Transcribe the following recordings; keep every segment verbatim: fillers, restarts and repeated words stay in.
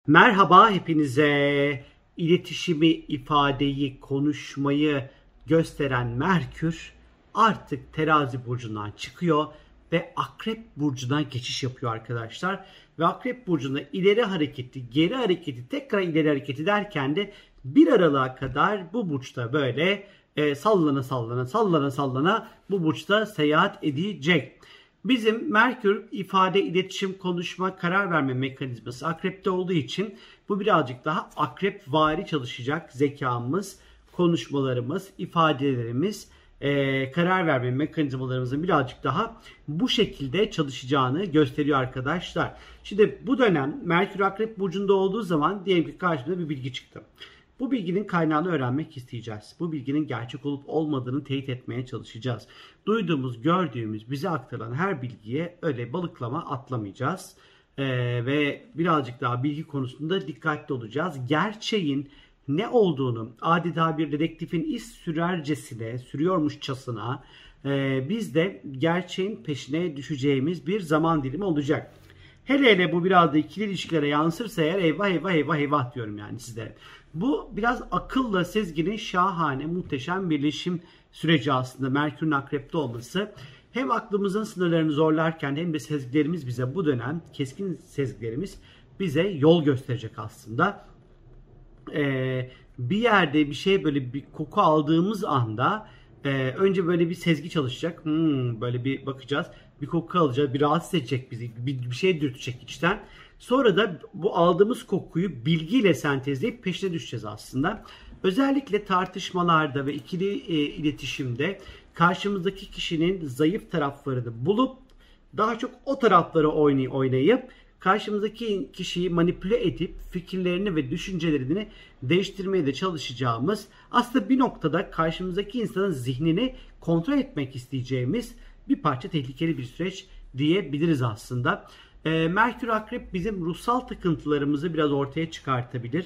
Merhaba hepinize. İletişimi, ifadeyi, konuşmayı gösteren Merkür artık Terazi burcundan çıkıyor ve Akrep burcuna geçiş yapıyor arkadaşlar. Ve Akrep burcunda ileri hareketi, geri hareketi, tekrar ileri hareketi derken de bir aralığa kadar bu burçta böyle e, sallana sallana sallana sallana bu burçta seyahat edecek. Bizim Merkür ifade, iletişim, konuşma, karar verme mekanizması Akrep'te olduğu için bu birazcık daha Akrepvari çalışacak zekamız, konuşmalarımız, ifadelerimiz, e, karar verme mekanizmalarımızın birazcık daha bu şekilde çalışacağını gösteriyor arkadaşlar. Şimdi bu dönem Merkür Akrep burcunda olduğu zaman diyelim ki karşımıza bir bilgi çıktı. Bu bilginin kaynağını öğrenmek isteyeceğiz. Bu bilginin gerçek olup olmadığını teyit etmeye çalışacağız. Duyduğumuz, gördüğümüz, bize aktarılan her bilgiye öyle balıklama atlamayacağız. Ee, ve birazcık daha bilgi konusunda dikkatli olacağız. Gerçeğin ne olduğunu adeta bir dedektifin iz sürercesine, sürüyormuşçasına e, biz de gerçeğin peşine düşeceğimiz bir zaman dilimi olacak. Hele hele bu biraz da ikili ilişkilere yansırsa eğer eyvah eyvah eyvah eyvah diyorum yani sizlere. Bu biraz akılla sezginin şahane, muhteşem birleşim süreci aslında Merkür'ün Akrep'te olması. Hem aklımızın sınırlarını zorlarken hem de sezgilerimiz bize bu dönem, keskin sezgilerimiz bize yol gösterecek aslında. Ee, bir yerde bir şey böyle bir koku aldığımız anda e, önce böyle bir sezgi çalışacak. Hmm, böyle bir bakacağız. Bir koku alacağız. Bir rahatsız edecek bizi. Bir, bir şey dürtecek içten. Sonra da bu aldığımız kokuyu bilgiyle sentezleyip peşine düşeceğiz aslında. Özellikle tartışmalarda ve ikili e, iletişimde karşımızdaki kişinin zayıf taraflarını bulup daha çok o tarafları oynay oynayıp karşımızdaki kişiyi manipüle edip fikirlerini ve düşüncelerini değiştirmeye de çalışacağımız, aslında bir noktada karşımızdaki insanın zihnini kontrol etmek isteyeceğimiz bir parça tehlikeli bir süreç diyebiliriz aslında. E, Merkür Akrep bizim ruhsal takıntılarımızı biraz ortaya çıkartabilir.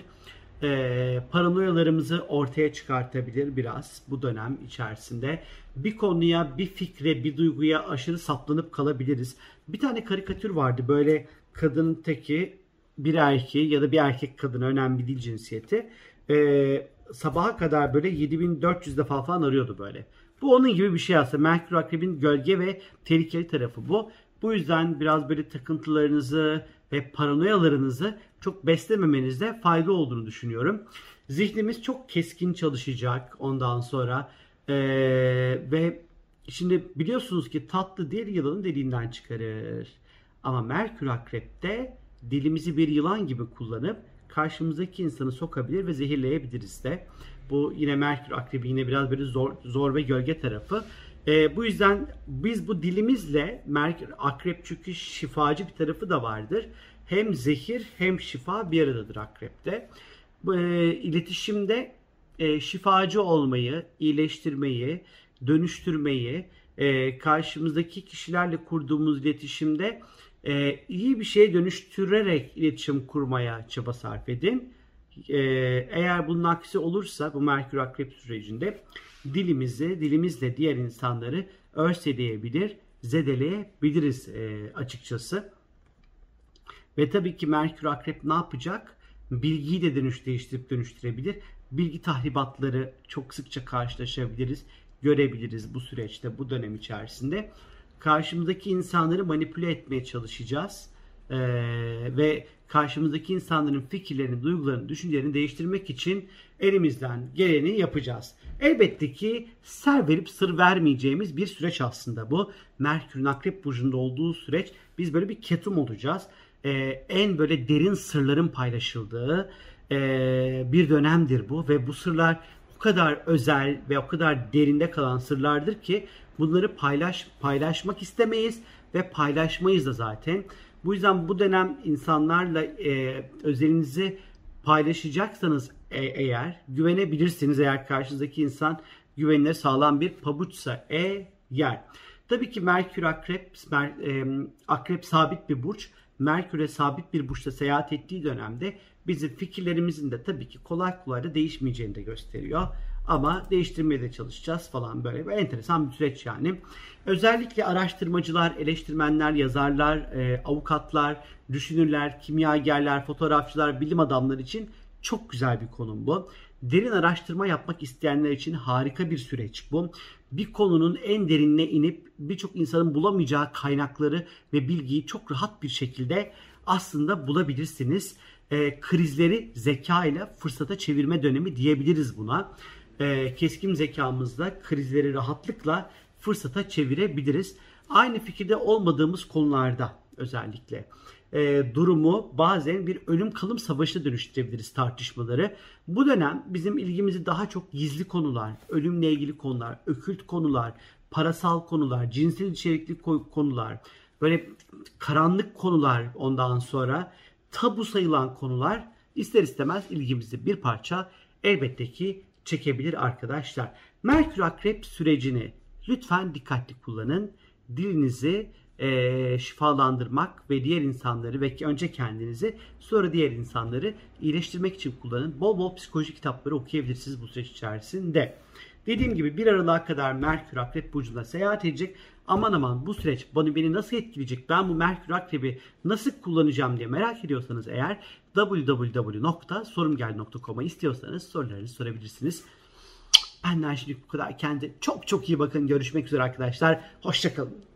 E, paranoyalarımızı ortaya çıkartabilir biraz bu dönem içerisinde. Bir konuya, bir fikre, bir duyguya aşırı saplanıp kalabiliriz. Bir tane karikatür vardı, böyle kadının teki bir erkeği ya da bir erkek kadına, önemli değil cinsiyeti. E, sabaha kadar böyle yedi bin dört yüz defa falan arıyordu böyle. Bu onun gibi bir şey aslında. Merkür Akrep'in gölge ve tehlikeli tarafı bu. Bu yüzden biraz böyle takıntılarınızı ve paranoyalarınızı çok beslememenizde fayda olduğunu düşünüyorum. Zihnimiz çok keskin çalışacak ondan sonra. Ee, ve şimdi biliyorsunuz ki tatlı dil yılanı deliğinden çıkarır. Ama Merkür Akrep'te dilimizi bir yılan gibi kullanıp karşımızdaki insanı sokabilir ve zehirleyebiliriz de. Bu yine Merkür Akrep'i yine biraz böyle zor, zor ve gölge tarafı. E, bu yüzden biz bu dilimizle, Merkür Akrep çünkü şifacı bir tarafı da vardır. Hem zehir hem şifa bir aradadır Akrep'te. Bu e, iletişimde e, şifacı olmayı, iyileştirmeyi, dönüştürmeyi, e, karşımızdaki kişilerle kurduğumuz iletişimde e, iyi bir şeye dönüştürerek iletişim kurmaya çaba sarf edin. E, eğer bunun aksi olursa bu Merkür Akrep sürecinde dilimizi, dilimizle diğer insanları örseleyebilir, zedeleyebiliriz e, açıkçası. Ve tabii ki Merkür Akrep ne yapacak? Bilgiyi de dönüş değiştirip dönüştürebilir. Bilgi tahribatları çok sıkça karşılaşabiliriz, görebiliriz bu süreçte, bu dönem içerisinde. Karşımızdaki insanları manipüle etmeye çalışacağız. Ee, ve karşımızdaki insanların fikirlerini, duygularını, düşüncelerini değiştirmek için elimizden geleni yapacağız. Elbette ki ser verip sır vermeyeceğimiz bir süreç aslında bu. Merkür'ün Akrep burcunda olduğu süreç, biz böyle bir ketum olacağız. Ee, en böyle derin sırların paylaşıldığı e, bir dönemdir bu ve bu sırlar o kadar özel ve o kadar derinde kalan sırlardır ki bunları paylaş paylaşmak istemeyiz ve paylaşmayız da zaten. Bu yüzden bu dönem insanlarla e, özelinizi paylaşacaksanız e, eğer güvenebilirsiniz, eğer karşınızdaki insan güvenilir, sağlam bir pabuçsa eğer. Tabii ki Merkür Akrep, e, Akrep sabit bir burç. Merkür'e sabit bir burçta seyahat ettiği dönemde bizim fikirlerimizin de tabii ki kolay kolay da değişmeyeceğini de gösteriyor. ama değiştirmeye de çalışacağız falan, böyle bir enteresan bir süreç yani. Özellikle araştırmacılar, eleştirmenler, yazarlar, e, avukatlar, düşünürler, kimyagerler, fotoğrafçılar, bilim adamları için çok güzel bir konum bu. Derin araştırma yapmak isteyenler için harika bir süreç bu. Bir konunun en derinine inip birçok insanın bulamayacağı kaynakları ve bilgiyi çok rahat bir şekilde aslında bulabilirsiniz. E, krizleri zeka ile fırsata çevirme dönemi diyebiliriz buna. E, keskin zekamızla krizleri rahatlıkla fırsata çevirebiliriz. Aynı fikirde olmadığımız konularda özellikle e, durumu bazen bir ölüm kalım savaşına dönüştürebiliriz tartışmaları. Bu dönem bizim ilgimizi daha çok gizli konular, ölümle ilgili konular, okült konular, parasal konular, cinsel içerikli konular, böyle karanlık konular, ondan sonra tabu sayılan konular ister istemez ilgimizi bir parça elbette ki çekebilir arkadaşlar. Merkür Akrep sürecini lütfen dikkatli kullanın. Dilinizi e, şifalandırmak ve diğer insanları ve önce kendinizi sonra diğer insanları iyileştirmek için kullanın. Bol bol psikoloji kitapları okuyabilirsiniz bu süreç içerisinde. Dediğim gibi bir Aralık'a kadar Merkür Akrep Burcu'nda seyahat edecek. Aman aman bu süreç bana, beni nasıl etkileyecek, ben bu Merkür Akrep'i nasıl kullanacağım diye merak ediyorsanız eğer double-u double-u double-u nokta sorumgel nokta com'a istiyorsanız sorularınızı sorabilirsiniz. Benden şimdi bu kadar. Kendinize çok çok iyi bakın. Görüşmek üzere arkadaşlar. Hoşça kalın.